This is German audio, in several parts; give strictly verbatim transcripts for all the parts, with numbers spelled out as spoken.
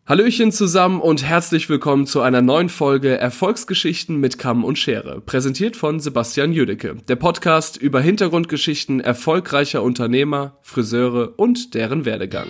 Hallöchen zusammen und herzlich willkommen zu einer neuen Folge Erfolgsgeschichten mit Kamm und Schere, präsentiert von Sebastian Jüdecke, der Podcast über Hintergrundgeschichten erfolgreicher Unternehmer, Friseure und deren Werdegang.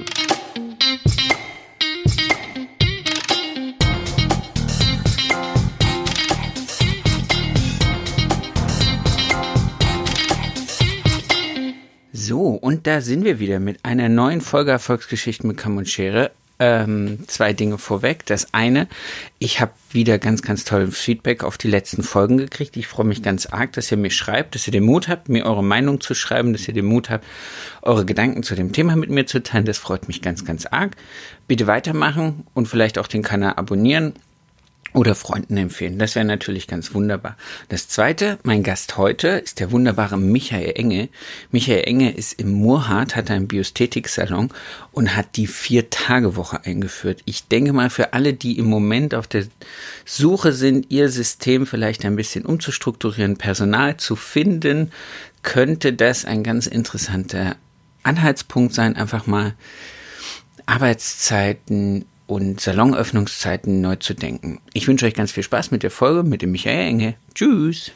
So, und da sind wir wieder mit einer neuen Folge Erfolgsgeschichten mit Kamm und Schere. Ähm, zwei Dinge vorweg. Das eine, ich habe wieder ganz, ganz tolles Feedback auf die letzten Folgen gekriegt. Ich freue mich ganz arg, dass ihr mir schreibt, dass ihr den Mut habt, mir eure Meinung zu schreiben, dass ihr den Mut habt, eure Gedanken zu dem Thema mit mir zu teilen. Das freut mich ganz, ganz arg. Bitte weitermachen und vielleicht auch den Kanal abonnieren oder Freunden empfehlen. Das wäre natürlich ganz wunderbar. Das zweite, mein Gast heute ist der wunderbare Michael Enge. Michael Enge ist im Murrhardt, hat einen Biästhetik-Salon und hat die Vier-Tage-Woche eingeführt. Ich denke mal, für alle, die im Moment auf der Suche sind, ihr System vielleicht ein bisschen umzustrukturieren, Personal zu finden, könnte das ein ganz interessanter Anhaltspunkt sein, einfach mal Arbeitszeiten und Salonöffnungszeiten neu zu denken. Ich wünsche euch ganz viel Spaß mit der Folge mit dem Michael Enge. Tschüss.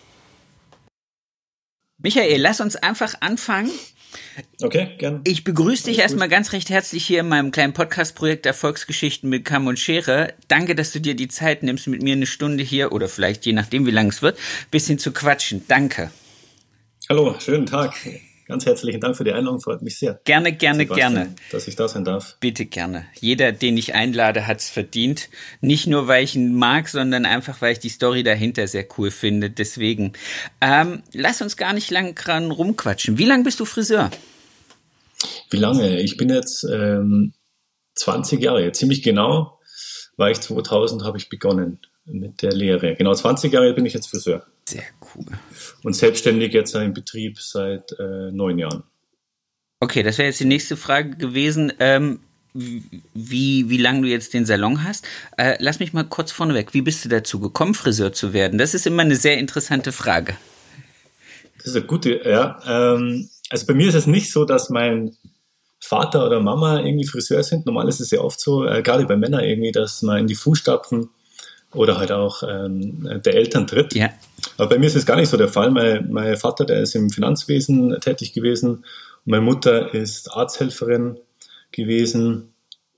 Michael, lass uns einfach anfangen. Okay, gerne. Ich begrüße dich erstmal ganz recht herzlich hier in meinem kleinen Podcast-Projekt Erfolgsgeschichten mit Kamm und Schere. Danke, dass du dir die Zeit nimmst, mit mir eine Stunde hier oder vielleicht je nachdem, wie lang es wird, bisschen zu quatschen. Danke. Hallo, schönen Tag. Ganz herzlichen Dank für die Einladung, freut mich sehr. Gerne, gerne, Sebastian, gerne. Dass ich da sein darf. Bitte gerne. Jeder, den ich einlade, hat's verdient. Nicht nur, weil ich ihn mag, sondern einfach, weil ich die Story dahinter sehr cool finde. Deswegen, ähm, lass uns gar nicht lang dran rumquatschen. Wie lange bist du Friseur? Wie lange? Ich bin jetzt ähm, zwanzig Jahre, ziemlich genau, war ich zweitausend, habe ich begonnen mit der Lehre. Genau zwanzig Jahre bin ich jetzt Friseur. Sehr cool. Und selbstständig jetzt im Betrieb seit äh, neun Jahren. Okay, das wäre jetzt die nächste Frage gewesen, ähm, wie, wie lange du jetzt den Salon hast. Äh, lass mich mal kurz vorneweg, wie bist du dazu gekommen, Friseur zu werden? Das ist immer eine sehr interessante Frage. Das ist eine gute, ja. Ähm, also bei mir ist es nicht so, dass mein Vater oder Mama irgendwie Friseur sind. Normal ist es ja oft so, äh, gerade bei Männern irgendwie, dass man in die Fußstapfen oder halt auch ähm, der Eltern tritt. Ja. Aber bei mir ist es gar nicht so der Fall. Mein, mein Vater, der ist im Finanzwesen tätig gewesen. Und meine Mutter ist Arzthelferin gewesen.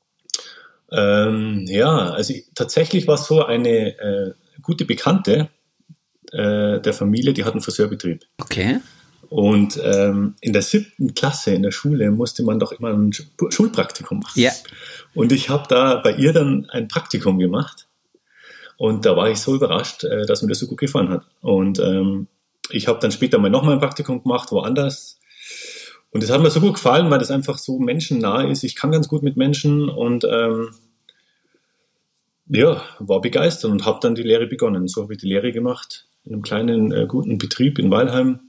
Ähm, ja, also ich, tatsächlich war es so, eine äh, gute Bekannte äh, der Familie, die hat einen Friseurbetrieb. Okay. Und ähm, in der siebten Klasse in der Schule musste man doch immer ein Schulpraktikum machen. Ja. Und ich habe da bei ihr dann ein Praktikum gemacht. Und da war ich so überrascht, dass mir das so gut gefallen hat. Und ähm, ich habe dann später mal nochmal ein Praktikum gemacht, woanders. Und das hat mir so gut gefallen, weil das einfach so menschennah ist. Ich kann ganz gut mit Menschen und ähm, ja, war begeistert und habe dann die Lehre begonnen. So habe ich die Lehre gemacht in einem kleinen, äh, guten Betrieb in Weilheim.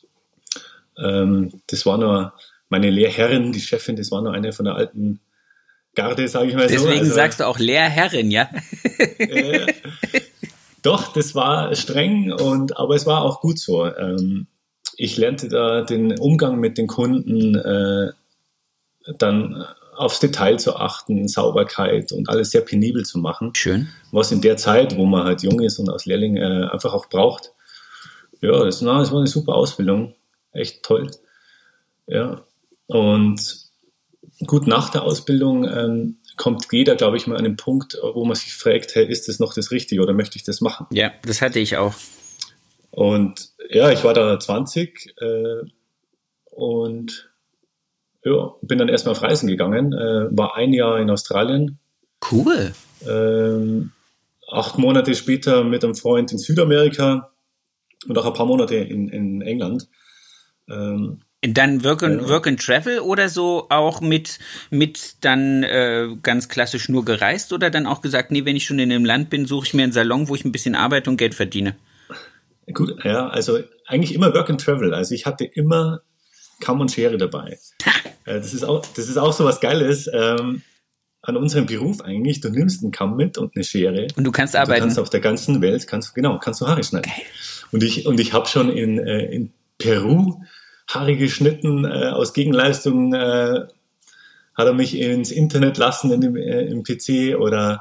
Ähm, das war noch meine Lehrherrin, die Chefin, das war noch eine von der alten Garde, sage ich mal. Deswegen so. Deswegen also, sagst du auch Lehrherrin, ja? äh, doch, das war streng, und aber es war auch gut so. Ähm, ich lernte da den Umgang mit den Kunden, äh, dann aufs Detail zu achten, Sauberkeit und alles sehr penibel zu machen. Schön. Was in der Zeit, wo man halt jung ist und als Lehrling äh, einfach auch braucht. Ja, das, na, das war eine super Ausbildung. Echt toll. Ja, und gut, nach der Ausbildung ähm, kommt jeder, glaube ich, mal an den Punkt, wo man sich fragt, hey, ist das noch das Richtige oder möchte ich das machen? Ja, das hatte ich auch. Und ja, ich war da zwanzig äh, und ja, bin dann erstmal auf Reisen gegangen, äh, war ein Jahr in Australien. Cool. Ähm, acht Monate später mit einem Freund in Südamerika und auch ein paar Monate in, in England. Ähm, Dann Work and, ja. Work and Travel oder so auch mit, mit dann äh, ganz klassisch nur gereist oder dann auch gesagt, nee, wenn ich schon in einem Land bin, suche ich mir einen Salon, wo ich ein bisschen arbeite und Geld verdiene? Gut, ja, also eigentlich immer Work and Travel. Also ich hatte immer Kamm und Schere dabei. äh, das ist auch, das ist auch so was Geiles ähm, an unserem Beruf eigentlich. Du nimmst einen Kamm mit und eine Schere. Und du kannst und arbeiten. Du kannst auf der ganzen Welt, kannst, genau, kannst du Haare schneiden. Geil. Und ich, und ich habe schon in, äh, in Peru Haare geschnitten, äh, aus Gegenleistung äh, hat er mich ins Internet lassen in dem, äh, im P C oder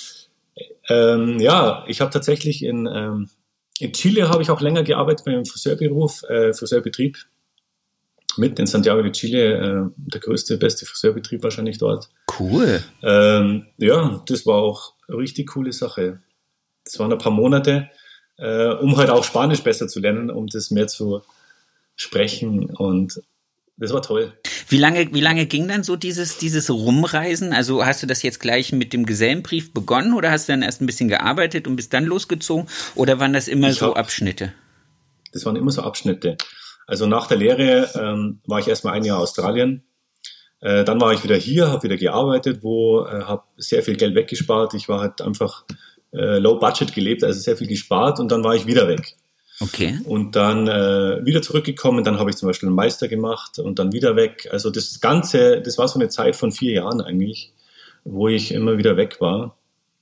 ähm, ja, ich habe tatsächlich in, ähm, in Chile habe ich auch länger gearbeitet beim Friseurberuf, äh, Friseurbetrieb. Mitten in Santiago de Chile, äh, der größte, beste Friseurbetrieb wahrscheinlich dort. Cool. Ähm, ja, das war auch eine richtig coole Sache. Das waren ein paar Monate, äh, um halt auch Spanisch besser zu lernen, um das mehr zu sprechen und das war toll. Wie lange, wie lange ging dann so dieses, dieses Rumreisen? Also hast du das jetzt gleich mit dem Gesellenbrief begonnen oder hast du dann erst ein bisschen gearbeitet und bist dann losgezogen oder waren das immer ich so hab, Abschnitte? Das waren immer so Abschnitte. Also nach der Lehre ähm, war ich erstmal ein Jahr in Australien. Äh, dann war ich wieder hier, habe wieder gearbeitet, wo äh, habe sehr viel Geld weggespart. Ich war halt einfach äh, low budget gelebt, also sehr viel gespart und dann war ich wieder weg. Okay. Und dann äh, wieder zurückgekommen, dann habe ich zum Beispiel einen Meister gemacht und dann wieder weg. Also das Ganze, das war so eine Zeit von vier Jahren eigentlich, wo ich immer wieder weg war.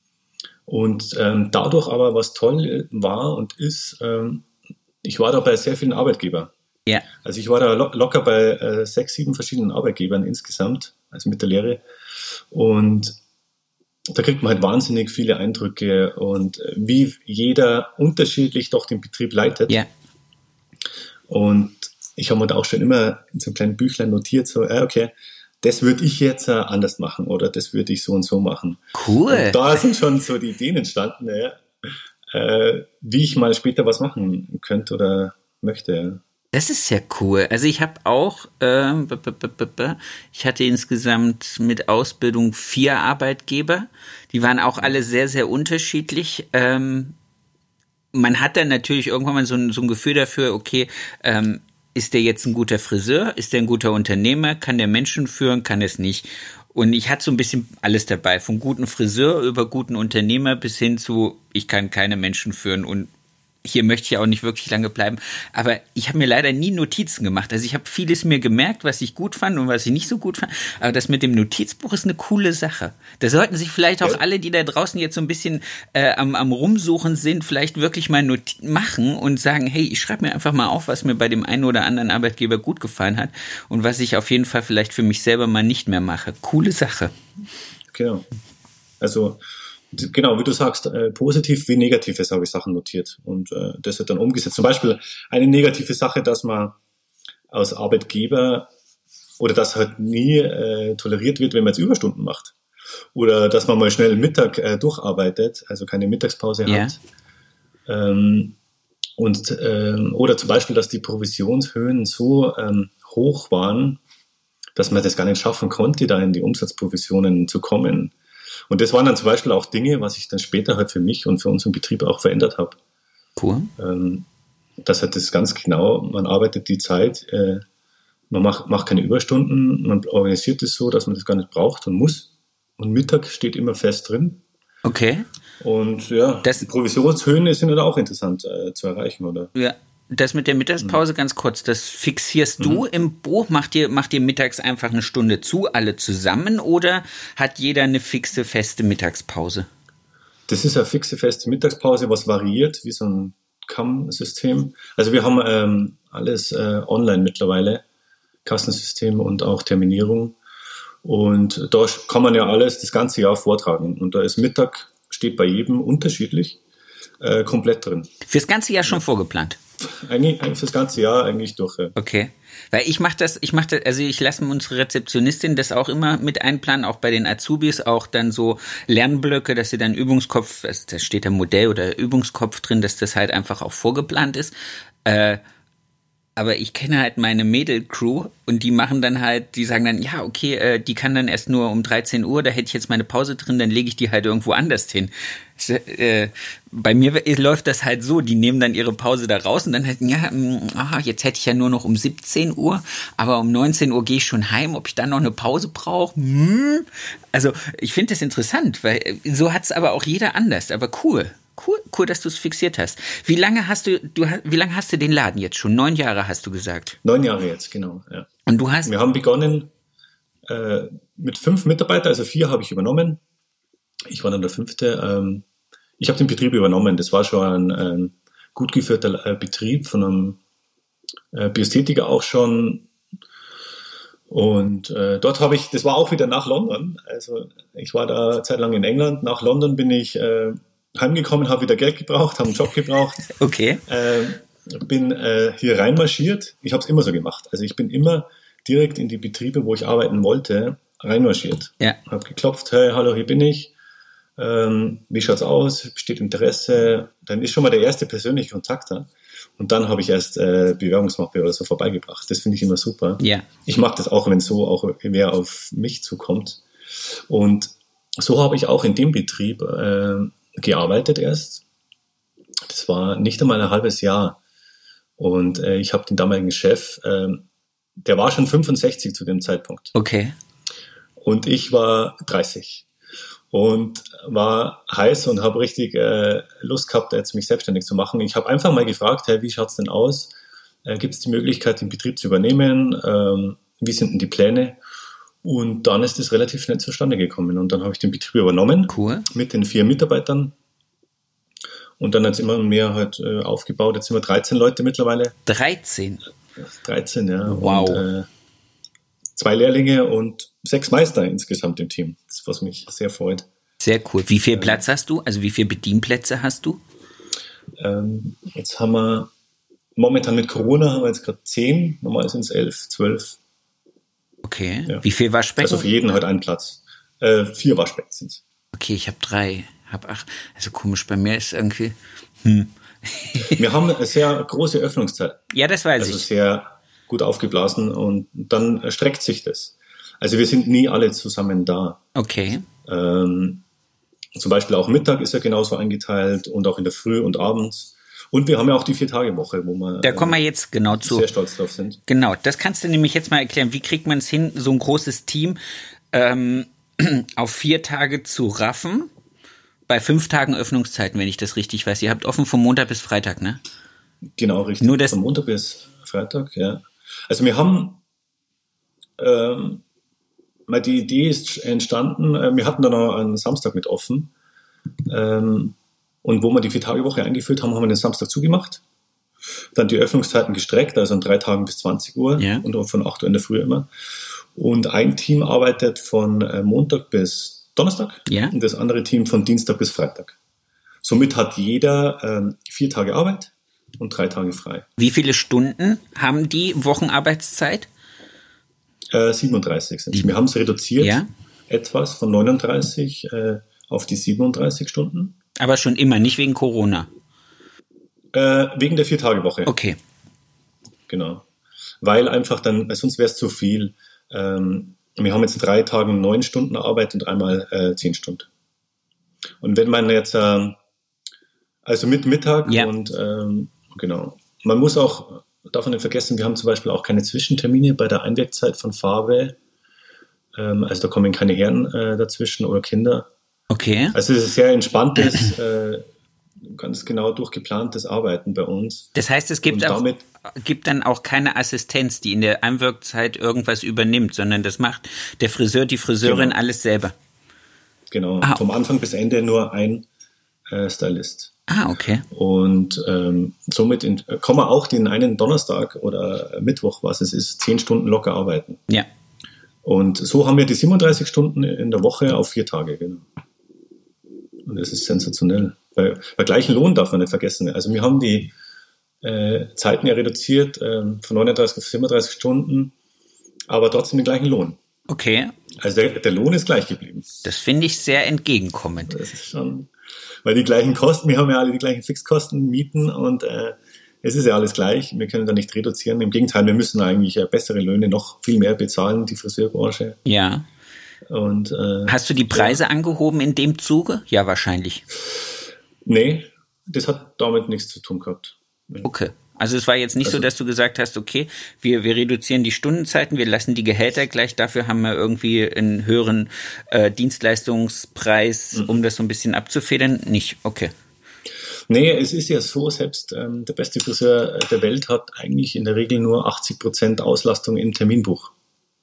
Und ähm, dadurch aber, was toll war und ist, ähm, ich war da bei sehr vielen Arbeitgebern. Ja. Also ich war da lo- locker bei äh, sechs, sieben verschiedenen Arbeitgebern insgesamt, also mit der Lehre. Und da kriegt man halt wahnsinnig viele Eindrücke und äh, wie jeder unterschiedlich doch den Betrieb leitet. Ja. Und ich habe mir da auch schon immer in so einem kleinen Büchlein notiert, so, äh, okay, das würde ich jetzt äh, anders machen oder das würde ich so und so machen. Cool. Und da sind schon so die Ideen entstanden, ja, äh, wie ich mal später was machen könnte oder möchte. Ja. Das ist ja cool. Also ich habe auch, äh, b- b- b- b- ich hatte insgesamt mit Ausbildung vier Arbeitgeber. Die waren auch alle sehr, sehr unterschiedlich. Ähm, man hat dann natürlich irgendwann mal so ein, so ein Gefühl dafür, okay, ähm, ist der jetzt ein guter Friseur? Ist der ein guter Unternehmer? Kann der Menschen führen? Kann es nicht? Und ich hatte so ein bisschen alles dabei. Vom guten Friseur über guten Unternehmer bis hin zu, ich kann keine Menschen führen und hier möchte ich auch nicht wirklich lange bleiben, aber ich habe mir leider nie Notizen gemacht. Also ich habe vieles mir gemerkt, was ich gut fand und was ich nicht so gut fand, aber das mit dem Notizbuch ist eine coole Sache. Da sollten sich vielleicht auch ja. alle, die da draußen jetzt so ein bisschen äh, am, am Rumsuchen sind, vielleicht wirklich mal Not- machen und sagen, hey, ich schreibe mir einfach mal auf, was mir bei dem einen oder anderen Arbeitgeber gut gefallen hat und was ich auf jeden Fall vielleicht für mich selber mal nicht mehr mache. Coole Sache. Genau. Also genau, wie du sagst, äh, positiv wie negatives habe ich Sachen notiert und äh, das wird dann umgesetzt. Zum Beispiel eine negative Sache, dass man als Arbeitgeber oder dass halt nie äh, toleriert wird, wenn man jetzt Überstunden macht oder dass man mal schnell Mittag äh, durcharbeitet, also keine Mittagspause Ja. hat. Ähm, und ähm, oder zum Beispiel, dass die Provisionshöhen so ähm, hoch waren, dass man das gar nicht schaffen konnte, da in die Umsatzprovisionen zu kommen. Und das waren dann zum Beispiel auch Dinge, was ich dann später halt für mich und für unseren Betrieb auch verändert habe. Cool. Ähm, das hat das ganz genau, man arbeitet die Zeit, äh, man macht, macht keine Überstunden, man organisiert es so, dass man das gar nicht braucht und muss. Und Mittag steht immer fest drin. Okay. Und ja, Das- die Provisionshöhen sind halt auch interessant äh, zu erreichen, oder? Ja, das mit der Mittagspause ganz kurz, das fixierst du im Buch? Macht ihr, macht ihr mittags einfach eine Stunde zu, alle zusammen, oder hat jeder eine fixe, feste Mittagspause? Das ist eine fixe, feste Mittagspause, was variiert, wie so ein Kamm-System. Also wir haben ähm, alles äh, online mittlerweile, Kassensystem und auch Terminierung. Und da kann man ja alles das ganze Jahr vortragen. Und da ist Mittag, steht bei jedem unterschiedlich, äh, komplett drin. Fürs ganze Jahr schon vorgeplant? Eigentlich, eigentlich das ganze Jahr eigentlich durch. Ja. Okay. Weil ich mache das, ich mache das, also ich lasse unsere Rezeptionistin das auch immer mit einplanen, auch bei den Azubis, auch dann so Lernblöcke, dass sie dann Übungskopf, also da steht da Modell oder Übungskopf drin, dass das halt einfach auch vorgeplant ist. Äh, aber ich kenne halt meine Mädel-Crew und die machen dann halt, die sagen dann, ja, okay, äh, die kann dann erst nur um dreizehn Uhr, da hätte ich jetzt meine Pause drin, dann lege ich die halt irgendwo anders hin. Äh, bei mir läuft das halt so, die nehmen dann ihre Pause da raus und dann halt, ja, mh, aha, jetzt hätte ich ja nur noch um siebzehn Uhr, aber um neunzehn Uhr gehe ich schon heim, ob ich dann noch eine Pause brauche. Hm. Also ich finde das interessant, weil so hat es aber auch jeder anders, aber cool. Cool, cool, dass du es fixiert hast. Wie lange hast du, du, wie lange hast du den Laden jetzt schon? Neun Jahre hast du gesagt. Neun Jahre jetzt, genau. Ja. Und du hast. Wir haben begonnen äh, mit fünf Mitarbeitern, also vier habe ich übernommen. Ich war dann der fünfte. Ähm, ich habe den Betrieb übernommen. Das war schon ein, ein gut geführter äh, Betrieb von einem äh, Biosthetiker auch schon. Und äh, dort habe ich, das war auch wieder nach London, also ich war da eine Zeit lang in England, nach London bin ich äh, heimgekommen, habe wieder Geld gebraucht, habe einen Job gebraucht. Okay. Äh, bin äh, hier reinmarschiert, ich habe es immer so gemacht, also ich bin immer direkt in die Betriebe, wo ich arbeiten wollte, reinmarschiert. Ja. Habe geklopft, hey, hallo, hier bin ich, ähm, wie schaut's aus, besteht Interesse, dann ist schon mal der erste persönliche Kontakt da. Und dann habe ich erst äh, Bewerbungsmappe oder so vorbeigebracht. Das finde ich immer super. Ja. Ich mag das auch, wenn so auch wer auf mich zukommt. Und so habe ich auch in dem Betrieb äh, gearbeitet erst. Das war nicht einmal ein halbes Jahr. Und äh, ich habe den damaligen Chef, äh, der war schon fünfundsechzig zu dem Zeitpunkt. Okay. Und ich war dreißig. Und war heiß und habe richtig äh, Lust gehabt, jetzt mich selbstständig zu machen. Ich habe einfach mal gefragt, hey, wie schaut's denn aus? Äh, Gibt es die Möglichkeit, den Betrieb zu übernehmen? Ähm, wie sind denn die Pläne? Und dann ist es relativ schnell zustande gekommen. Und dann habe ich den Betrieb übernommen. Cool. Mit den vier Mitarbeitern. Und dann hat es immer mehr halt äh, aufgebaut. Jetzt sind wir dreizehn Leute mittlerweile. dreizehn? dreizehn, ja. Wow. Und, äh, zwei Lehrlinge und sechs Meister insgesamt im Team. Das, was mich sehr freut. Sehr cool. Wie viel Platz hast du? Also wie viele Bedienplätze hast du? Ähm, jetzt haben wir, momentan mit Corona haben wir jetzt gerade zehn, normal sind es elf, zwölf. Okay. Ja. Wie viel Waschbecken? Also für jeden halt einen Platz. Äh, vier Waschbecken sind es. Okay, ich habe drei. Hab acht. Also komisch, bei mir ist irgendwie... Hm. Wir haben eine sehr große Öffnungszeit. Ja, das weiß also ich. Also sehr gut aufgeblasen und dann streckt sich das. Also wir sind nie alle zusammen da. Okay. Ähm, zum Beispiel auch Mittag ist ja genauso eingeteilt und auch in der Früh und abends. Und wir haben ja auch die Vier-Tage-Woche, wo wir, da kommen wir jetzt genau zu. sehr stolz drauf sind. Genau, das kannst du nämlich jetzt mal erklären. Wie kriegt man es hin, so ein großes Team ähm, auf vier Tage zu raffen? Bei fünf Tagen Öffnungszeiten, wenn ich das richtig weiß. Ihr habt offen von Montag bis Freitag, ne? Genau, richtig. Nur das von Montag bis Freitag, ja. Also wir haben, ähm, mal die Idee ist entstanden, äh, wir hatten dann noch einen Samstag mit offen. Ähm, und wo wir die Vier-Tage-Woche eingeführt haben, haben wir den Samstag zugemacht. Dann die Öffnungszeiten gestreckt, also an drei Tagen bis zwanzig Uhr ja. und auch von acht Uhr in der Früh immer. Und ein Team arbeitet von äh, Montag bis Donnerstag ja. und das andere Team von Dienstag bis Freitag. Somit hat jeder ähm, vier Tage Arbeit und drei Tage frei. Wie viele Stunden haben die Wochenarbeitszeit? Äh, siebenunddreißig sind es. Wir haben es reduziert, ja. etwas von neununddreißig äh, auf die siebenunddreißig Stunden. Aber schon immer, nicht wegen Corona? Äh, wegen der Vier-Tage-Woche. Okay. Genau. Weil einfach dann, weil sonst wäre es zu viel. Ähm, wir haben jetzt drei Tage neun Stunden Arbeit und einmal äh, zehn Stunden. Und wenn man jetzt, äh, also mit Mittag ja. und ähm, genau. Man muss auch, darf man nicht vergessen, wir haben zum Beispiel auch keine Zwischentermine bei der Einwirkzeit von Farbe. Ähm, also da kommen keine Herren äh, dazwischen oder Kinder. Okay. Also es ist sehr entspanntes, äh, ganz genau durchgeplantes Arbeiten bei uns. Das heißt, es gibt, damit, auch, gibt dann auch keine Assistenz, die in der Einwirkzeit irgendwas übernimmt, sondern das macht der Friseur, die Friseurin genau. alles selber. Genau, ah. vom Anfang bis Ende nur ein äh, Stylist. Ah, okay. Und ähm, somit in, kann man auch den einen Donnerstag oder Mittwoch, was es ist, zehn Stunden locker arbeiten. Ja. Und so haben wir die siebenunddreißig Stunden in der Woche auf vier Tage, genau. Und das ist sensationell. Bei, bei gleichen Lohn darf man nicht vergessen. Also wir haben die äh, Zeiten ja reduziert äh, von neununddreißig auf siebenunddreißig Stunden, aber trotzdem den gleichen Lohn. Okay. Also der, der Lohn ist gleich geblieben. Das finde ich sehr entgegenkommend. Das ist schon, weil die gleichen Kosten, wir haben ja alle die gleichen Fixkosten, Mieten und äh, es ist ja alles gleich. Wir können da nicht reduzieren. Im Gegenteil, wir müssen eigentlich ja bessere Löhne noch viel mehr bezahlen, die Friseurbranche. Ja. Und, äh, hast du die Preise ja. angehoben in dem Zuge? Ja, wahrscheinlich. Nee, das hat damit nichts zu tun gehabt. Nee. Okay. Also es war jetzt nicht also, so, dass du gesagt hast, okay, wir, wir reduzieren die Stundenzeiten, wir lassen die Gehälter gleich, dafür haben wir irgendwie einen höheren äh, Dienstleistungspreis, mhm. um das so ein bisschen abzufedern. Nicht, okay. Nee, es ist ja so, selbst ähm, der beste Friseur der Welt hat eigentlich in der Regel nur achtzig Prozent Auslastung im Terminbuch.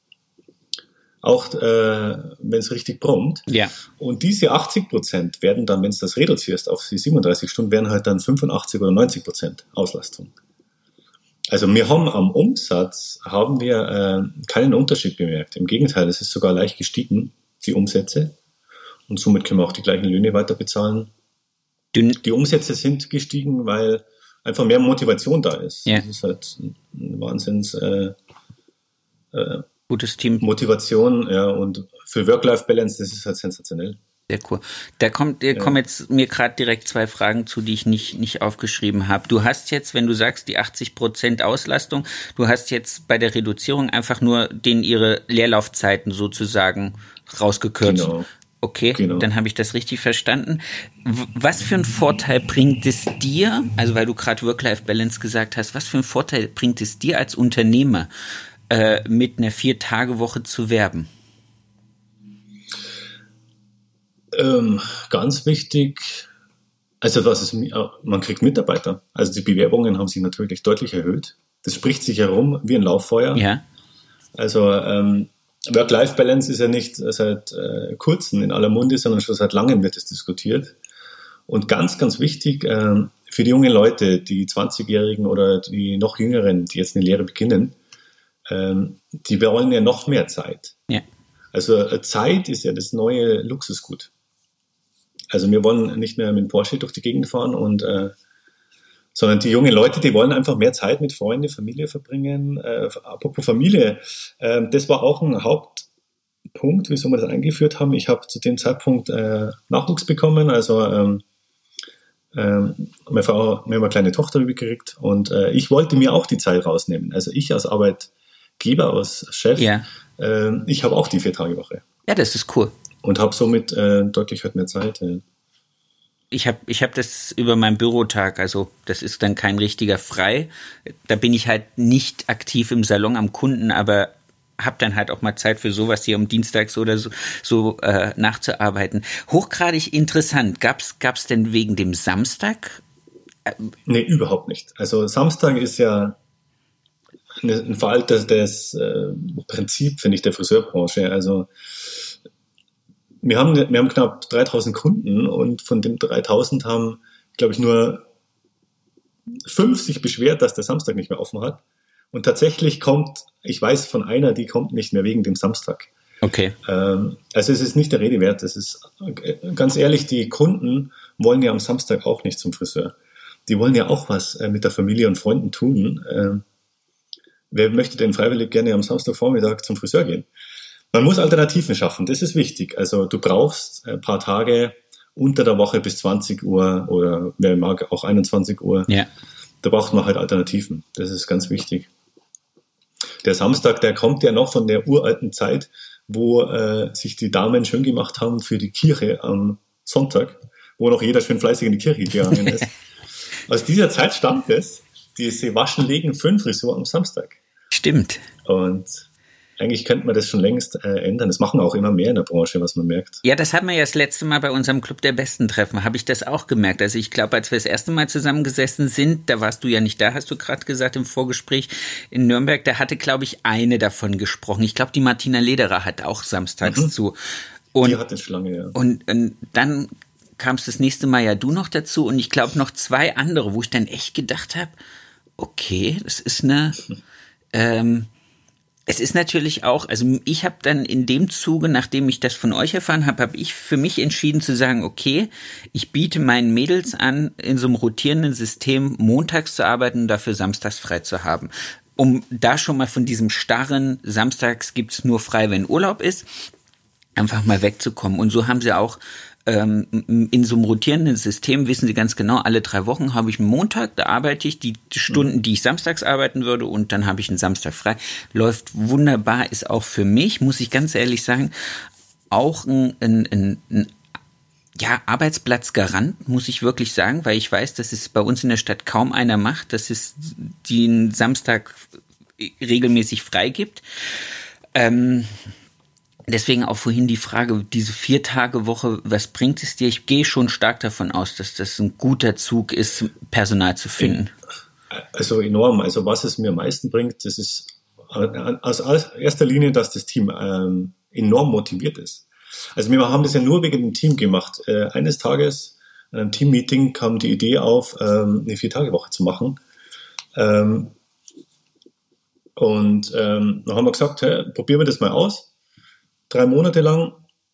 Auch äh, wenn es richtig brummt. Ja. Und diese achtzig Prozent werden dann, wenn du das reduzierst auf die siebenunddreißig Stunden, werden halt dann fünfundachtzig oder neunzig Prozent Auslastung. Also wir haben am Umsatz haben wir äh, keinen Unterschied bemerkt. Im Gegenteil, es ist sogar leicht gestiegen, die Umsätze. Und somit können wir auch die gleichen Löhne weiter bezahlen. Die, die Umsätze sind gestiegen, weil einfach mehr Motivation da ist. Ja. Das ist halt ein Wahnsinns äh, äh, gutes Team. Motivation, ja, und für Work-Life-Balance, das ist halt sensationell. Sehr cool. Da kommt, da ja. kommen jetzt mir gerade direkt zwei Fragen zu, die ich nicht, nicht aufgeschrieben habe. Du hast jetzt, wenn du sagst, die achtzig Prozent Auslastung, du hast jetzt bei der Reduzierung einfach nur denen ihre Leerlaufzeiten sozusagen rausgekürzt. Genau. Okay, genau. Dann habe ich das richtig verstanden. Was für einen Vorteil bringt es dir, also weil du gerade Work-Life-Balance gesagt hast, was für einen Vorteil bringt es dir als Unternehmer, äh, mit einer Vier-Tage-Woche zu werben? Ähm, ganz wichtig, also was ist, man kriegt Mitarbeiter. Also die Bewerbungen haben sich natürlich deutlich erhöht. Das spricht sich herum wie ein Lauffeuer. Ja. Also ähm, Work-Life-Balance ist ja nicht seit äh, kurzem in aller Munde, sondern schon seit langem wird es diskutiert. Und ganz, ganz wichtig äh, für die jungen Leute, die zwanzigjährigen oder die noch Jüngeren, die jetzt eine Lehre beginnen, ähm, die wollen ja noch mehr Zeit. Ja. Also äh, Zeit ist ja das neue Luxusgut. Also wir wollen nicht mehr mit dem Porsche durch die Gegend fahren, und, äh, sondern die jungen Leute, die wollen einfach mehr Zeit mit Freunden, Familie verbringen. Äh, apropos Familie, äh, das war auch ein Hauptpunkt, wieso wir das eingeführt haben. Ich habe zu dem Zeitpunkt äh, Nachwuchs bekommen, also ähm, ähm, meine Frau, wir haben eine kleine Tochter gekriegt, und äh, ich wollte mir auch die Zeit rausnehmen. Also ich als Arbeitgeber, als Chef, ja. äh, ich habe auch die Vier-Tage-Woche. Ja, das ist cool. Und habe somit äh, deutlich halt mehr Zeit. Ja. Ich habe ich hab das über meinen Bürotag, also das ist dann kein richtiger Frei. Da bin ich halt nicht aktiv im Salon am Kunden, aber habe dann halt auch mal Zeit für sowas hier um Dienstags oder so, so äh, nachzuarbeiten. Hochgradig interessant. Gab's gab's denn wegen dem Samstag? Nee, überhaupt nicht. Also Samstag ist ja ein veraltetes äh, Prinzip, finde ich, der Friseurbranche. Also Wir haben, wir haben knapp dreitausend Kunden, und von den dreitausend haben, glaube ich, nur fünf sich beschwert, dass der Samstag nicht mehr offen hat. Und tatsächlich kommt, ich weiß von einer, die kommt nicht mehr wegen dem Samstag. Okay. Ähm, also es ist nicht der Rede wert. Es ist, ganz ehrlich, die Kunden wollen ja am Samstag auch nicht zum Friseur. Die wollen ja auch was äh, mit der Familie und Freunden tun. Ähm, wer möchte denn freiwillig gerne am Samstagvormittag zum Friseur gehen? Man muss Alternativen schaffen, das ist wichtig. Also du brauchst ein paar Tage unter der Woche bis zwanzig Uhr oder wer mag auch einundzwanzig Uhr. Ja. Da braucht man halt Alternativen. Das ist ganz wichtig. Der Samstag, der kommt ja noch von der uralten Zeit, wo äh, sich die Damen schön gemacht haben für die Kirche am Sonntag, wo noch jeder schön fleißig in die Kirche gegangen ist. Aus dieser Zeit stammt es, diese Waschen legen fünf Frisur am Samstag. Stimmt. Und eigentlich könnte man das schon längst äh, ändern. Das machen auch immer mehr in der Branche, was man merkt. Ja, das hatten wir ja das letzte Mal bei unserem Club der Besten Treffen, habe ich das auch gemerkt. Also ich glaube, als wir das erste Mal zusammengesessen sind, da warst du ja nicht da, hast du gerade gesagt im Vorgespräch in Nürnberg, da hatte, glaube ich, eine davon gesprochen. Ich glaube, die Martina Lederer hat auch samstags mhm. zu. Und, die hat das schon lange, ja. Und, und dann kam es das nächste Mal ja du noch dazu, und ich glaube noch zwei andere, wo ich dann echt gedacht habe, okay, das ist eine... ähm, Es ist natürlich auch, also ich habe dann in dem Zuge, nachdem ich das von euch erfahren habe, habe ich für mich entschieden zu sagen, okay, ich biete meinen Mädels an, in so einem rotierenden System montags zu arbeiten und dafür samstags frei zu haben. Um da schon mal von diesem starren, samstags gibt's nur frei, wenn Urlaub ist, einfach mal wegzukommen. Und so haben sie auch in so einem rotierenden System, wissen sie ganz genau, alle drei Wochen habe ich einen Montag, da arbeite ich die Stunden, die ich samstags arbeiten würde, und dann habe ich einen Samstag frei. Läuft wunderbar, ist auch für mich, muss ich ganz ehrlich sagen, auch ein, ein, ein, ein ja, Arbeitsplatzgarant, muss ich wirklich sagen, weil ich weiß, dass es bei uns in der Stadt kaum einer macht, dass es den Samstag regelmäßig frei gibt. Ähm, Deswegen auch vorhin die Frage, diese Vier-Tage-Woche, was bringt es dir? Ich gehe schon stark davon aus, dass das ein guter Zug ist, Personal zu finden. Also enorm. Also was es mir am meisten bringt, das ist aus erster Linie, dass das Team ähm, enorm motiviert ist. Also wir haben das ja nur wegen dem Team gemacht. Äh, eines Tages, in einem Team-Meeting, kam die Idee auf, ähm, eine Vier-Tage-Woche zu machen. Ähm, Und ähm, dann haben wir gesagt, hey, probieren wir das mal aus, drei Monate lang.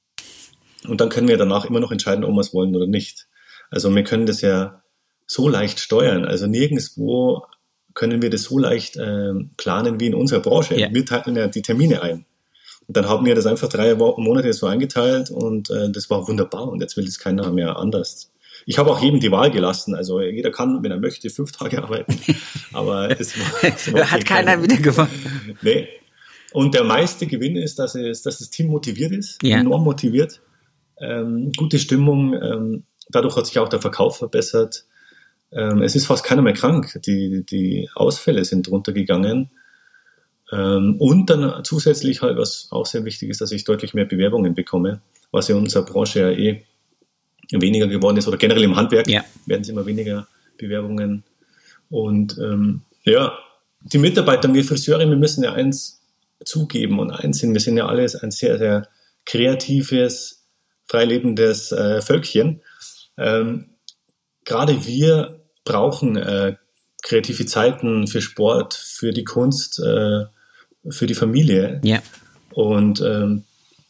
Und dann können wir danach immer noch entscheiden, ob wir es wollen oder nicht. Also wir können das ja so leicht steuern. Also nirgendwo können wir das so leicht äh, planen wie in unserer Branche. Ja. Wir teilen ja die Termine ein. Und dann haben wir das einfach drei Monate so eingeteilt und äh, das war wunderbar. Und jetzt will das keiner mehr anders. Ich habe auch jedem die Wahl gelassen. Also jeder kann, wenn er möchte, fünf Tage arbeiten. Aber es war, es war hat keiner wieder gewonnen. Nee. Und der meiste Gewinn ist, dass, es, dass das Team motiviert ist, ja. enorm motiviert. Ähm, gute Stimmung. Ähm, dadurch hat sich auch der Verkauf verbessert. Ähm, es ist fast keiner mehr krank. Die, die Ausfälle sind runtergegangen. Ähm, und dann zusätzlich halt, was auch sehr wichtig ist, dass ich deutlich mehr Bewerbungen bekomme, was in unserer Branche ja eh weniger geworden ist, oder generell im Handwerk ja. werden es immer weniger Bewerbungen. Und ähm, ja, die Mitarbeiter, wir Friseure, wir müssen ja eins zugeben und eins sind, wir sind ja alles ein sehr, sehr kreatives, freilebendes äh, Völkchen. Ähm, gerade wir brauchen äh, kreative Zeiten für Sport, für die Kunst, äh, für die Familie. Ja. Und ähm,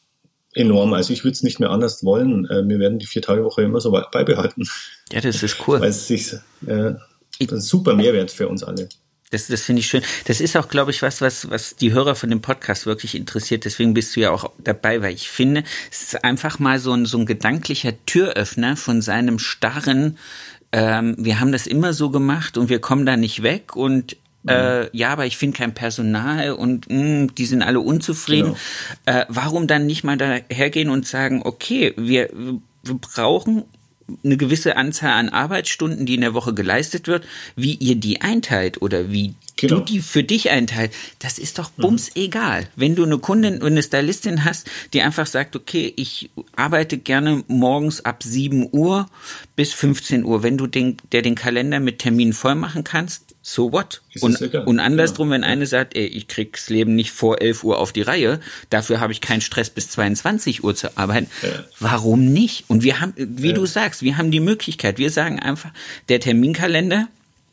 enorm. Also ich würde es nicht mehr anders wollen. Äh, wir werden die Vier-Tage-Woche immer so beibehalten. Ja, das ist cool. Weil es sich äh, ein super Mehrwert für uns alle. Das, das finde ich schön. Das ist auch, glaube ich, was, was, was die Hörer von dem Podcast wirklich interessiert. Deswegen bist du ja auch dabei, weil ich finde, es ist einfach mal so ein, so ein gedanklicher Türöffner von seinem starren, ähm, wir haben das immer so gemacht und wir kommen da nicht weg und Äh, ja, aber ich finde kein Personal und mh, die sind alle unzufrieden. Genau. Äh, warum dann nicht mal dahergehen und sagen, okay, wir, wir brauchen eine gewisse Anzahl an Arbeitsstunden, die in der Woche geleistet wird, wie ihr die einteilt oder wie genau. du die für dich einteilst, das ist doch bums mhm. egal. Wenn du eine Kundin und eine Stylistin hast, die einfach sagt, okay, ich arbeite gerne morgens ab sieben Uhr bis fünfzehn Uhr, wenn du den, der den Kalender mit Terminen voll machen kannst, so what? Und, und andersrum, genau. wenn eine sagt, ey, ich krieg's Leben nicht vor elf Uhr auf die Reihe, dafür habe ich keinen Stress bis zweiundzwanzig Uhr zu arbeiten, ja. warum nicht? Und wir haben, wie ja. du sagst, wir haben die Möglichkeit, wir sagen einfach, der Terminkalender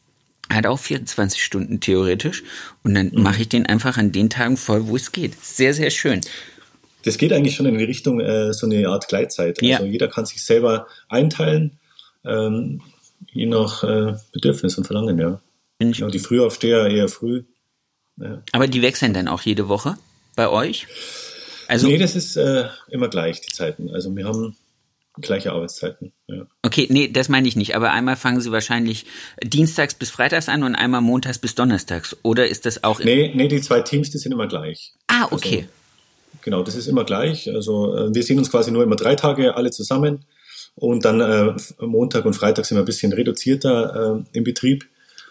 hat auch vierundzwanzig Stunden theoretisch und dann mhm. mache ich den einfach an den Tagen voll, wo es geht. Sehr, sehr schön. Das geht eigentlich schon in die Richtung äh, so eine Art Gleitzeit. Ja. Also jeder kann sich selber einteilen, ähm, je nach äh, Bedürfnis und Verlangen, ja. Ja, die Frühaufsteher eher früh. Ja. Aber die wechseln dann auch jede Woche bei euch? Also nee, das ist äh, immer gleich, die Zeiten. Also wir haben gleiche Arbeitszeiten. Ja. Okay, nee, das meine ich nicht. Aber einmal fangen sie wahrscheinlich dienstags bis freitags an und einmal montags bis donnerstags. Oder ist das auch... Nee, nee, die zwei Teams, die sind immer gleich. Ah, okay. Also, genau, das ist immer gleich. Also äh, wir sehen uns quasi nur immer drei Tage alle zusammen. Und dann äh, Montag und Freitag sind wir ein bisschen reduzierter äh, im Betrieb.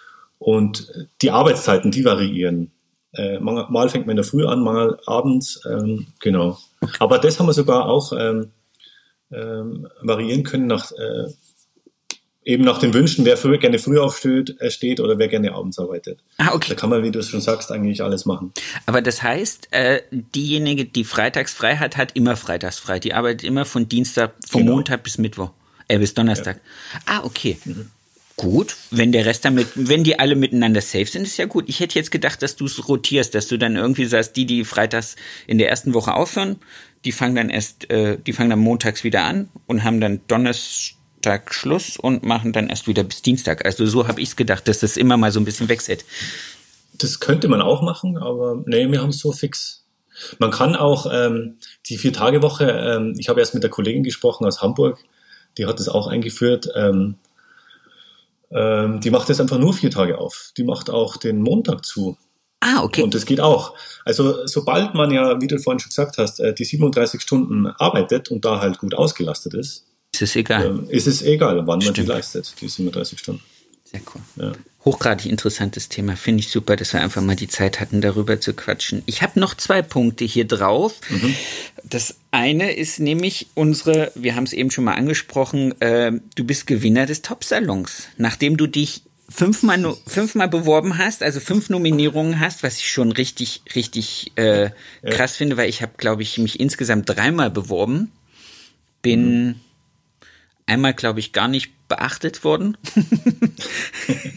Und die Arbeitszeiten, die variieren. Äh, mal fängt man in der Früh an, mal abends, ähm, genau. Aber das haben wir sogar auch ähm, ähm, variieren können nach äh, eben nach den Wünschen, wer früh, gerne früh aufsteht äh, steht oder wer gerne abends arbeitet. Ah, okay. Da kann man, wie du es schon sagst, eigentlich alles machen. Aber das heißt, äh, diejenige, die freitags frei hat, hat immer freitags frei. Die arbeitet immer von Dienstag, von genau. Montag bis Mittwoch, äh, bis Donnerstag. Ja. Ah, okay. Mhm. Gut, wenn der Rest damit, wenn die alle miteinander safe sind, ist ja gut. Ich hätte jetzt gedacht, dass du es rotierst, dass du dann irgendwie sagst, die, die freitags in der ersten Woche aufhören, die fangen dann erst, äh, die fangen dann montags wieder an und haben dann Donnerstag Schluss und machen dann erst wieder bis Dienstag. Also so habe ich es gedacht, dass das immer mal so ein bisschen wechselt. Das könnte man auch machen, aber nee, wir haben es so fix. Man kann auch ähm, die Vier-Tage-Woche, ähm, ich habe erst mit der Kollegin gesprochen aus Hamburg, die hat das auch eingeführt, ähm, Ähm, die macht jetzt einfach nur vier Tage auf. Die macht auch den Montag zu. Ah, okay. Und das geht auch. Also sobald man ja, wie du vorhin schon gesagt hast, die siebenunddreißig Stunden arbeitet und da halt gut ausgelastet ist, ist es egal. Ähm, ist es egal, wann Stimmt. man die leistet, die siebenunddreißig Stunden. Sehr cool. Ja. Hochgradig interessantes Thema. Finde ich super, dass wir einfach mal die Zeit hatten, darüber zu quatschen. Ich habe noch zwei Punkte hier drauf. Mhm. Das eine ist nämlich unsere, wir haben es eben schon mal angesprochen, äh, du bist Gewinner des Top-Salons. Nachdem du dich fünfmal, fünfmal beworben hast, also fünf Nominierungen hast, was ich schon richtig, richtig äh, krass ja. finde, weil ich habe, glaube ich, mich insgesamt dreimal beworben. Bin... Mhm. Einmal, glaube ich, gar nicht beachtet worden.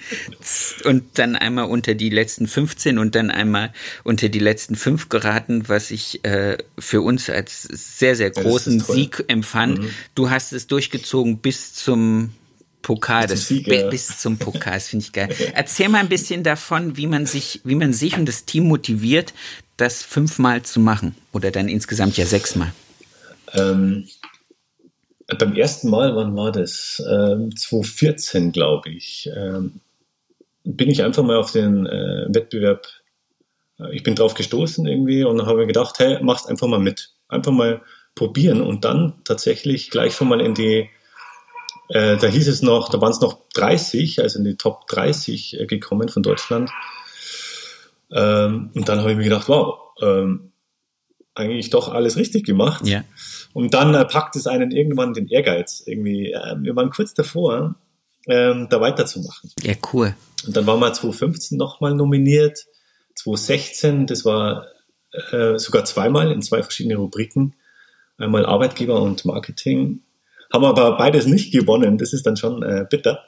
Und dann einmal unter die letzten fünfzehn und dann einmal unter die letzten fünf geraten, was ich äh, für uns als sehr, sehr großen ja, Sieg empfand. Mhm. Du hast es durchgezogen bis zum Pokal, das, Sieg, ja. bis zum Pokal, das finde ich geil. Erzähl mal ein bisschen davon, wie man sich, wie man sich und das Team motiviert, das fünfmal zu machen oder dann insgesamt ja sechsmal. Ähm, beim ersten Mal, wann war das? Ähm, zwanzig vierzehn, glaube ich. Ähm, bin ich einfach mal auf den äh, Wettbewerb, äh, ich bin drauf gestoßen irgendwie und habe mir gedacht, hey, mach's einfach mal mit. Einfach mal probieren und dann tatsächlich gleich schon mal in die, äh, da hieß es noch, da waren es noch dreißig, also in die Top dreißig äh, gekommen von Deutschland. Ähm, und dann habe ich mir gedacht, wow, ähm, eigentlich doch alles richtig gemacht. Ja. Und dann äh, packt es einen irgendwann den Ehrgeiz. Irgendwie, äh, wir waren kurz davor, ähm, da weiterzumachen. Ja, cool. Und dann waren wir zwanzig fünfzehn nochmal nominiert, zwanzig sechzehn, das war äh, sogar zweimal in zwei verschiedene Rubriken. Einmal Arbeitgeber und Marketing. Haben aber beides nicht gewonnen, das ist dann schon äh, bitter.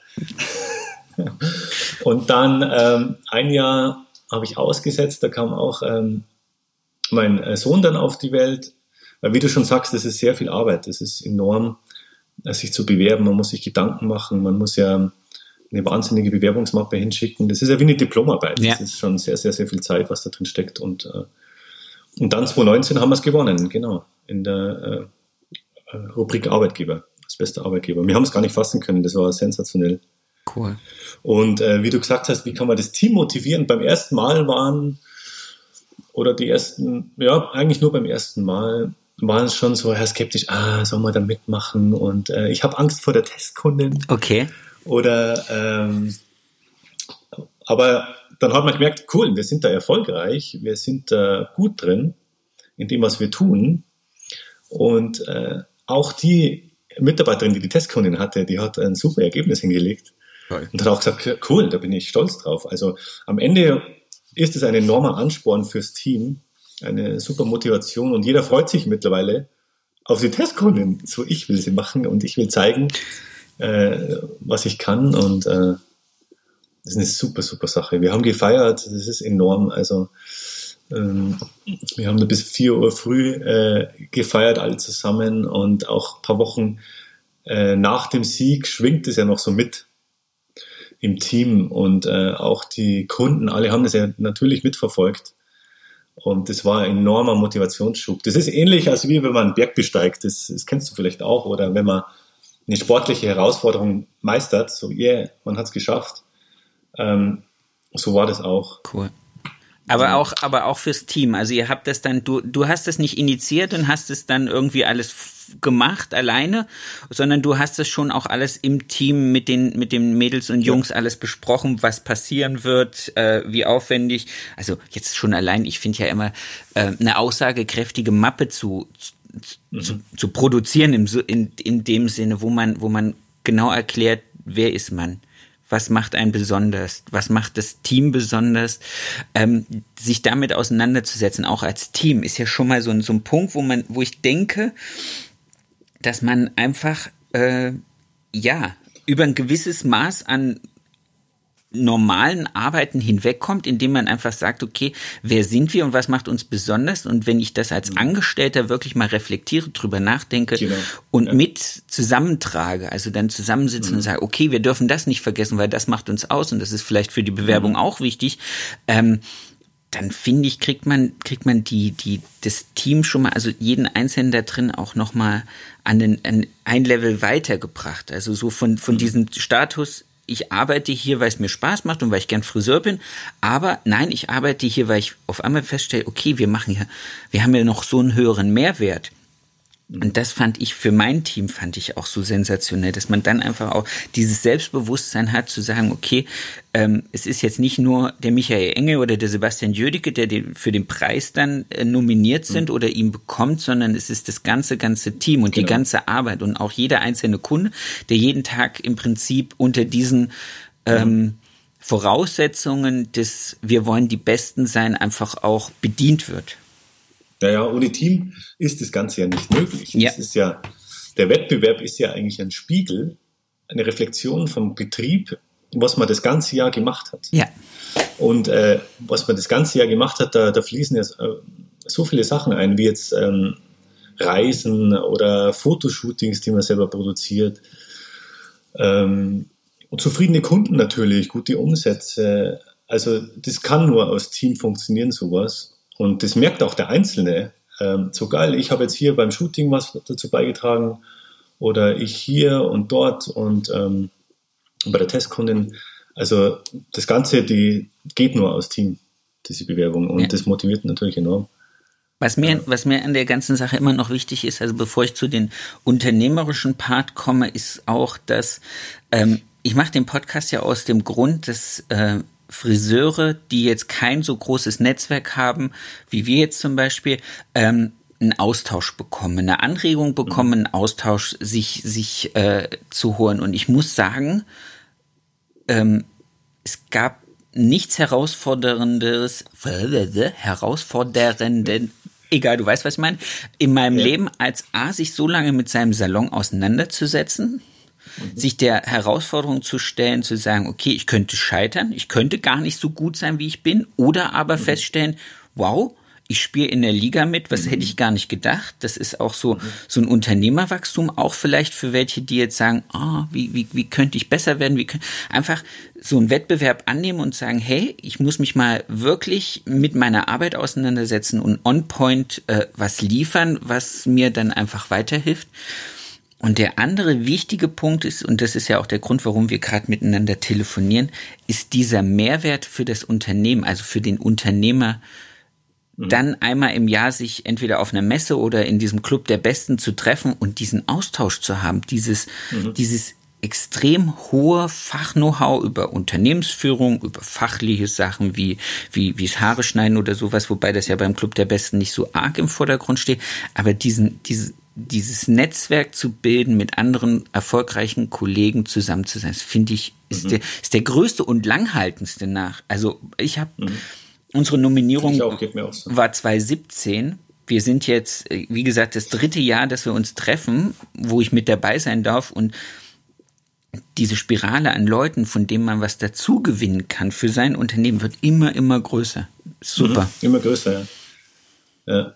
Und dann ähm, ein Jahr habe ich ausgesetzt, da kam auch ähm, mein äh, Sohn dann auf die Welt. Weil wie du schon sagst, das ist sehr viel Arbeit, das ist enorm, sich zu bewerben, man muss sich Gedanken machen, man muss ja eine wahnsinnige Bewerbungsmappe hinschicken, das ist ja wie eine Diplomarbeit, ja. Das ist schon sehr, sehr, sehr viel Zeit, was da drin steckt und, äh, und dann zwanzig neunzehn haben wir es gewonnen, genau, in der äh, Rubrik Arbeitgeber, als bester Arbeitgeber. Wir haben es gar nicht fassen können, das war sensationell. Cool. Und äh, wie du gesagt hast, wie kann man das Team motivieren? Beim ersten Mal waren, oder die ersten, ja, eigentlich nur beim ersten Mal, waren es schon so ja, skeptisch, ah, soll man da mitmachen? Und äh, ich habe Angst vor der Testkundin. Okay. Oder, ähm, aber dann hat man gemerkt, cool, wir sind da erfolgreich, wir sind da gut drin, in dem, was wir tun. Und äh, auch die Mitarbeiterin, die die Testkundin hatte, die hat ein super Ergebnis hingelegt. Cool. Und hat auch gesagt, cool, da bin ich stolz drauf. Also am Ende ist es ein enormer Ansporn fürs Team, eine super Motivation und jeder freut sich mittlerweile auf die Testkundin. So, ich will sie machen und ich will zeigen, äh, was ich kann und äh, das ist eine super, super Sache. Wir haben gefeiert, das ist enorm, also ähm, wir haben da bis vier Uhr früh äh, gefeiert, alle zusammen und auch ein paar Wochen äh, nach dem Sieg schwingt es ja noch so mit im Team und äh, auch die Kunden, alle haben das ja natürlich mitverfolgt. Und das war ein enormer Motivationsschub. Das ist ähnlich, als wie wenn man einen Berg besteigt. Das, das kennst du vielleicht auch. Oder wenn man eine sportliche Herausforderung meistert. So, yeah, man hat es geschafft. Ähm, so war das auch. Cool. Aber auch, aber auch fürs Team. Also ihr habt das dann, du, du hast das nicht initiiert und hast es dann irgendwie alles gemacht alleine, sondern du hast es schon auch alles im Team mit den, mit den Mädels und Jungs ja. alles besprochen, was passieren wird, äh, wie aufwendig. Also jetzt schon allein, ich finde ja immer, äh, eine aussagekräftige Mappe zu, mhm. zu, zu produzieren im, in, in dem Sinne, wo man, wo man genau erklärt, wer ist man. Was macht einen besonders? Was macht das Team besonders? Ähm, sich damit auseinanderzusetzen, auch als Team, ist ja schon mal so ein, so ein Punkt, wo man, wo ich denke, dass man einfach, äh, ja, über ein gewisses Maß an normalen Arbeiten hinwegkommt, indem man einfach sagt, okay, wer sind wir und was macht uns besonders? Und wenn ich das als Angestellter wirklich mal reflektiere, drüber nachdenke genau. und ja. mit zusammentrage, also dann zusammensitzen mhm. und sage, okay, wir dürfen das nicht vergessen, weil das macht uns aus und das ist vielleicht für die Bewerbung mhm. auch wichtig, ähm, dann finde ich, kriegt man, kriegt man die, die, das Team schon mal, also jeden Einzelnen da drin auch nochmal an, den, an ein Level weitergebracht. Also so von, von mhm. diesem Status, ich arbeite hier, weil es mir Spaß macht und weil ich gern Friseur bin, aber nein, ich arbeite hier, weil ich auf einmal feststelle, okay, wir machen ja, wir haben ja noch so einen höheren Mehrwert. Und das fand ich, für mein Team fand ich auch so sensationell, dass man dann einfach auch dieses Selbstbewusstsein hat, zu sagen, okay, ähm, es ist jetzt nicht nur der Michael Engel oder der Sebastian Jödicke, der den, für den Preis dann äh, nominiert sind mhm. oder ihn bekommt, sondern es ist das ganze, ganze Team und genau. die ganze Arbeit und auch jeder einzelne Kunde, der jeden Tag im Prinzip unter diesen ähm, mhm. Voraussetzungen des wir wollen die Besten sein, einfach auch bedient wird. Naja, ohne Team ist das Ganze ja nicht möglich. Ja. Das ist ja, der Wettbewerb ist ja eigentlich ein Spiegel, eine Reflexion vom Betrieb, was man das ganze Jahr gemacht hat. Ja. Und äh, was man das ganze Jahr gemacht hat, da, da fließen jetzt äh, so viele Sachen ein, wie jetzt ähm, Reisen oder Fotoshootings, die man selber produziert. Ähm, und zufriedene Kunden natürlich, gute Umsätze. Also das kann nur aus Team funktionieren, sowas. Und das merkt auch der Einzelne. Ähm, so geil, ich habe jetzt hier beim Shooting was dazu beigetragen oder ich hier und dort und ähm, bei der Testkundin. Also das Ganze, die geht nur aus Team, diese Bewerbung. Und ja. das motiviert natürlich enorm. Was mir, was mir an der ganzen Sache immer noch wichtig ist, also bevor ich zu den unternehmerischen Part komme, ist auch, dass ähm, ich mache den Podcast ja aus dem Grund, dass äh, Friseure, die jetzt kein so großes Netzwerk haben, wie wir jetzt zum Beispiel, ähm, einen Austausch bekommen, eine Anregung bekommen, einen Austausch sich, sich äh, zu holen. Und ich muss sagen, ähm, es gab nichts Herausfordernderes, herausfordernden, egal, du weißt, was ich meine, in meinem ja. Leben, als A, sich so lange mit seinem Salon auseinanderzusetzen, mhm. sich der Herausforderung zu stellen, zu sagen, okay, ich könnte scheitern, ich könnte gar nicht so gut sein, wie ich bin, oder aber mhm. feststellen, wow, ich spiele in der Liga mit, was mhm. hätte ich gar nicht gedacht. Das ist auch so, mhm. so ein Unternehmerwachstum, auch vielleicht für welche, die jetzt sagen, ah, wie, wie, wie könnte ich besser werden? Wie können, einfach so einen Wettbewerb annehmen und sagen, hey, ich muss mich mal wirklich mit meiner Arbeit auseinandersetzen und on point äh, was liefern, was mir dann einfach weiterhilft. Und der andere wichtige Punkt ist, und das ist ja auch der Grund, warum wir gerade miteinander telefonieren, ist dieser Mehrwert für das Unternehmen, also für den Unternehmer, dann einmal im Jahr sich entweder auf einer Messe oder in diesem Club der Besten zu treffen und diesen Austausch zu haben, dieses, mhm. dieses extrem hohe Fach-Know-how über Unternehmensführung, über fachliche Sachen wie, wie, wie es Haare schneiden oder sowas, wobei das ja beim Club der Besten nicht so arg im Vordergrund steht, aber diesen, diese, dieses Netzwerk zu bilden, mit anderen erfolgreichen Kollegen zusammen zu sein, das finde ich, ist, mhm. der, ist der größte und langhaltendste nach. Also ich habe mhm. Unsere Nominierung auch, so. war zwanzig siebzehn. Wir sind jetzt, wie gesagt, das dritte Jahr, dass wir uns treffen, wo ich mit dabei sein darf. Und diese Spirale an Leuten, von denen man was dazu gewinnen kann für sein Unternehmen, wird immer, immer größer. Super. Mhm, immer größer, ja. ja.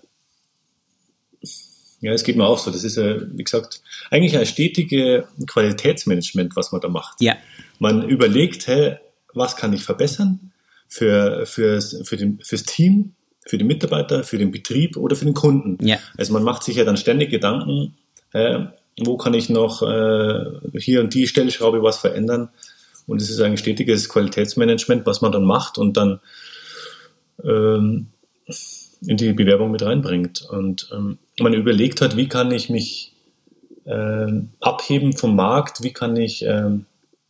Ja, es geht mir auch so. Das ist, wie gesagt, eigentlich ein stetiges Qualitätsmanagement, was man da macht. Ja. Man überlegt, hey, was kann ich verbessern? Für, fürs, für den, fürs Team, für die Mitarbeiter, für den Betrieb oder für den Kunden. Ja. Also man macht sich ja dann ständig Gedanken, äh, wo kann ich noch äh, hier und die Stellschraube was verändern. Und es ist ein stetiges Qualitätsmanagement, was man dann macht und dann ähm, in die Bewerbung mit reinbringt. Und ähm, man überlegt hat, wie kann ich mich ähm, abheben vom Markt, wie kann ich ähm,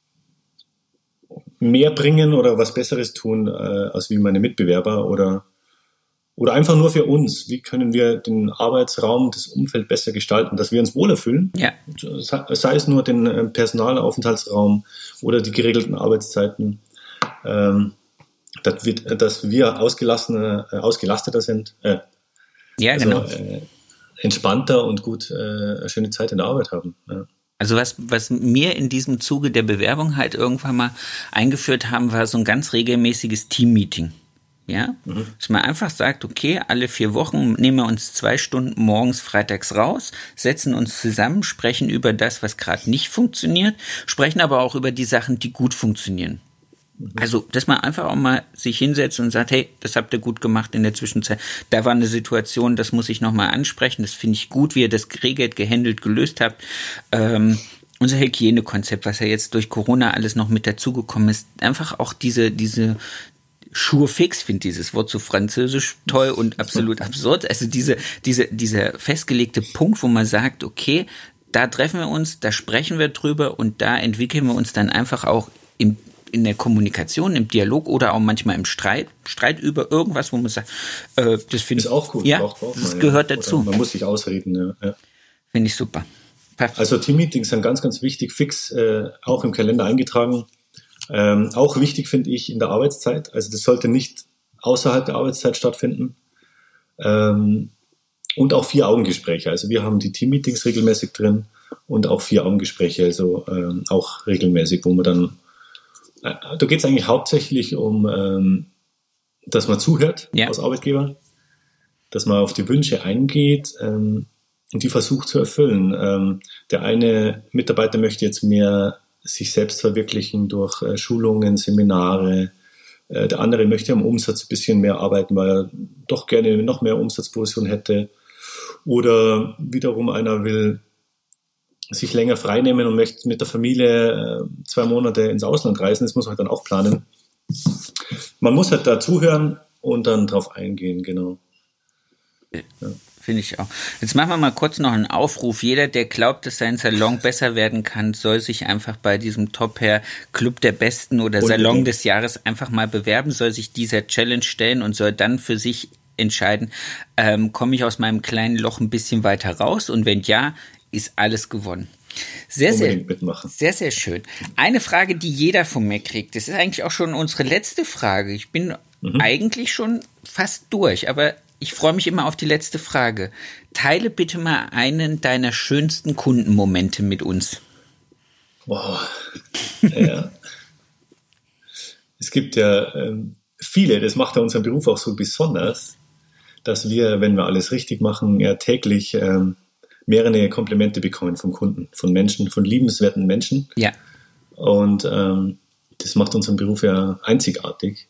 mehr bringen oder was Besseres tun äh, als wie meine Mitbewerber oder, oder einfach nur für uns. Wie können wir den Arbeitsraum, das Umfeld besser gestalten, dass wir uns wohler fühlen? Ja. Sei es nur den Personalaufenthaltsraum oder die geregelten Arbeitszeiten, ähm, dass, wir, dass wir ausgelassener, äh, ausgelasteter sind. Äh, ja, also, genau. Äh, entspannter und gut äh, eine schöne Zeit in der Arbeit haben. Ja. Also was, was mir in diesem Zuge der Bewerbung halt irgendwann mal eingeführt haben, war so ein ganz regelmäßiges Team-Meeting. Ja, mhm. Dass man einfach sagt, okay, alle vier Wochen nehmen wir uns zwei Stunden morgens, freitags raus, setzen uns zusammen, sprechen über das, was gerade nicht funktioniert, sprechen aber auch über die Sachen, die gut funktionieren. Also, dass man einfach auch mal sich hinsetzt und sagt, hey, das habt ihr gut gemacht in der Zwischenzeit. Da war eine Situation, das muss ich nochmal ansprechen. Das finde ich gut, wie ihr das geregelt, gehandelt, gelöst habt. Ähm, unser Hygienekonzept, was ja jetzt durch Corona alles noch mit dazugekommen ist, einfach auch diese, diese Sure fix, finde dieses Wort so französisch toll und absolut absurd. Also diese, diese, dieser festgelegte Punkt, wo man sagt, okay, da treffen wir uns, da sprechen wir drüber und da entwickeln wir uns dann einfach auch im in der Kommunikation, im Dialog oder auch manchmal im Streit, Streit über irgendwas, wo man sagt, äh, das finde ich auch cool. Ja, braucht, braucht das man, gehört ja. dazu. Oder man muss sich ausreden. Ja. Ja. Finde ich super. Perfekt. Also Teammeetings sind ganz, ganz wichtig, fix äh, auch im Kalender eingetragen. Ähm, auch wichtig finde ich in der Arbeitszeit. Also das sollte nicht außerhalb der Arbeitszeit stattfinden. Ähm, und auch Vier-Augen-Gespräche. Also wir haben die Teammeetings regelmäßig drin und auch Vier-Augen-Gespräche, also ähm, auch regelmäßig, wo man dann da geht es eigentlich hauptsächlich um, ähm, dass man zuhört ja. als Arbeitgeber, dass man auf die Wünsche eingeht ähm, und die versucht zu erfüllen. Ähm, der eine Mitarbeiter möchte jetzt mehr sich selbst verwirklichen durch äh, Schulungen, Seminare. Äh, der andere möchte am Umsatz ein bisschen mehr arbeiten, weil er doch gerne noch mehr Umsatzposition hätte. Oder wiederum einer will sich länger freinehmen und möchte mit der Familie äh, zwei Monate ins Ausland reisen. Das muss man halt dann auch planen. Man muss halt da zuhören und dann drauf eingehen, genau. Ja. Finde ich auch. Jetzt machen wir mal kurz noch einen Aufruf. Jeder, der glaubt, dass sein Salon besser werden kann, soll sich einfach bei diesem Top Hair Club der Besten oder Salon Unbedingt. des Jahres einfach mal bewerben, soll sich dieser Challenge stellen und soll dann für sich entscheiden, ähm, komme ich aus meinem kleinen Loch ein bisschen weiter raus, und wenn ja, ist alles gewonnen. Sehr, sehr, sehr, sehr schön. Eine Frage, die jeder von mir kriegt, das ist eigentlich auch schon unsere letzte Frage. Ich bin mhm. eigentlich schon fast durch, aber ich freue mich immer auf die letzte Frage. Teile bitte mal einen deiner schönsten Kundenmomente mit uns. Wow. Ja. Es gibt ja ähm, viele, das macht ja unseren Beruf auch so besonders, dass wir, wenn wir alles richtig machen, ja täglich ähm, mehrere Komplimente bekommen vom Kunden, von Menschen, von liebenswerten Menschen. Ja. Und ähm, das macht unseren Beruf ja einzigartig.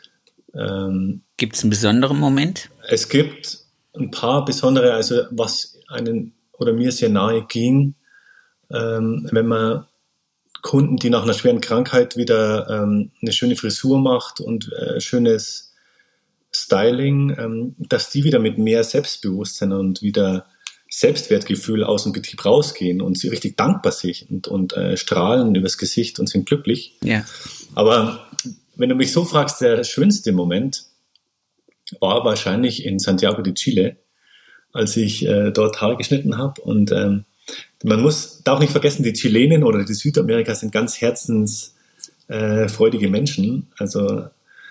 Ähm, gibt es einen besonderen Moment? Es gibt ein paar besondere, also was einen oder mir sehr nahe ging, ähm, wenn man Kunden, die nach einer schweren Krankheit wieder ähm, eine schöne Frisur macht und äh, schönes Styling, ähm, dass die wieder mit mehr Selbstbewusstsein und wieder Selbstwertgefühl aus dem Betrieb rausgehen und sie richtig dankbar sind und, und äh, strahlen übers Gesicht und sind glücklich. Ja. Aber wenn du mich so fragst, der schönste Moment war wahrscheinlich in Santiago de Chile, als ich äh, dort Haare geschnitten habe. Und ähm, man muss, darf nicht vergessen, die Chilenen oder die Südamerika sind ganz herzensfreudige äh, Menschen. Also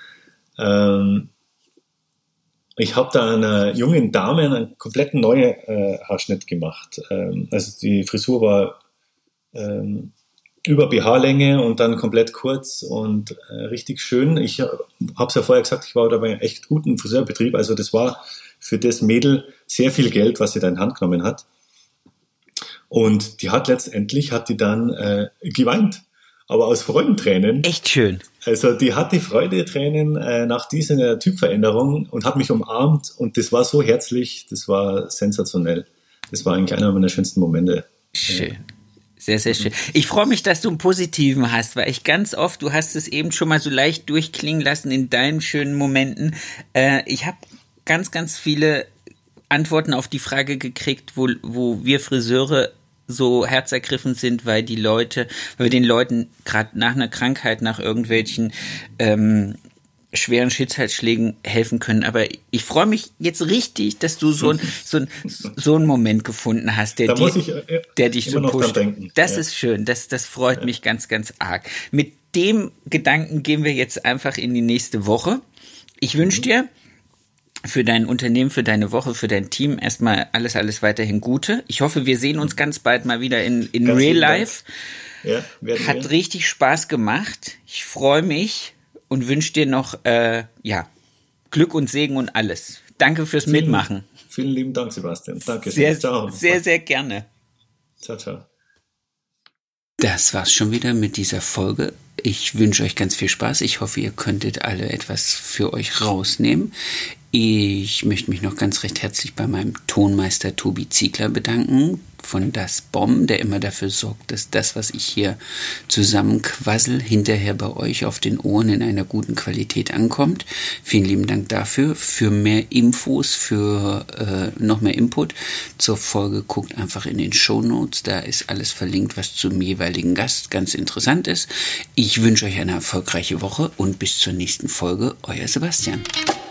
ähm, ich habe da einer jungen Dame einen kompletten neuen äh, Haarschnitt gemacht. Ähm, also die Frisur war ähm, über B H-Länge und dann komplett kurz und äh, richtig schön. Ich habe es ja vorher gesagt, ich war da bei einem echt guten Friseurbetrieb. Also das war für das Mädel sehr viel Geld, was sie da in Hand genommen hat. Und die hat letztendlich, hat die dann äh, geweint, aber aus Freudentränen. Echt schön. Also die hatte Freudetränen äh, nach dieser Typveränderung und hat mich umarmt und das war so herzlich, das war sensationell. Das war eigentlich einer meiner schönsten Momente. Schön. Sehr, sehr schön. Ich freue mich, dass du einen positiven hast, weil ich ganz oft, du hast es eben schon mal so leicht durchklingen lassen in deinen schönen Momenten. Äh, ich habe ganz, ganz viele Antworten auf die Frage gekriegt, wo, wo wir Friseure so herzergriffen sind, weil die Leute, weil wir den Leuten gerade nach einer Krankheit, nach irgendwelchen ähm, schweren Schicksalsschlägen helfen können. Aber ich freue mich jetzt richtig, dass du so, ein, so, ein, so einen Moment gefunden hast, der, die, ich, äh, der dich so pusht. Das ja. ist schön, das, das freut ja. mich ganz, ganz arg. Mit dem Gedanken gehen wir jetzt einfach in die nächste Woche. Ich wünsche mhm. dir für dein Unternehmen, für deine Woche, für dein Team erstmal alles, alles weiterhin Gute. Ich hoffe, wir sehen uns ganz bald mal wieder in, in Real Life. Ja, Hat wir. richtig Spaß gemacht. Ich freue mich und wünsche dir noch äh, ja, Glück und Segen und alles. Danke fürs vielen, Mitmachen. Vielen lieben Dank, Sebastian. Danke. Sehr, ciao. sehr, sehr gerne. Ciao, ciao. Das war's schon wieder mit dieser Folge. Ich wünsche euch ganz viel Spaß. Ich hoffe, ihr könntet alle etwas für euch rausnehmen. Ich möchte mich noch ganz recht herzlich bei meinem Tonmeister Tobi Ziegler bedanken von Das Bomb, der immer dafür sorgt, dass das, was ich hier zusammenquassel, hinterher bei euch auf den Ohren in einer guten Qualität ankommt. Vielen lieben Dank dafür. Für mehr Infos, für äh, noch mehr Input zur Folge, guckt einfach in den Shownotes. Da ist alles verlinkt, was zum jeweiligen Gast ganz interessant ist. Ich wünsche euch eine erfolgreiche Woche und bis zur nächsten Folge. Euer Sebastian.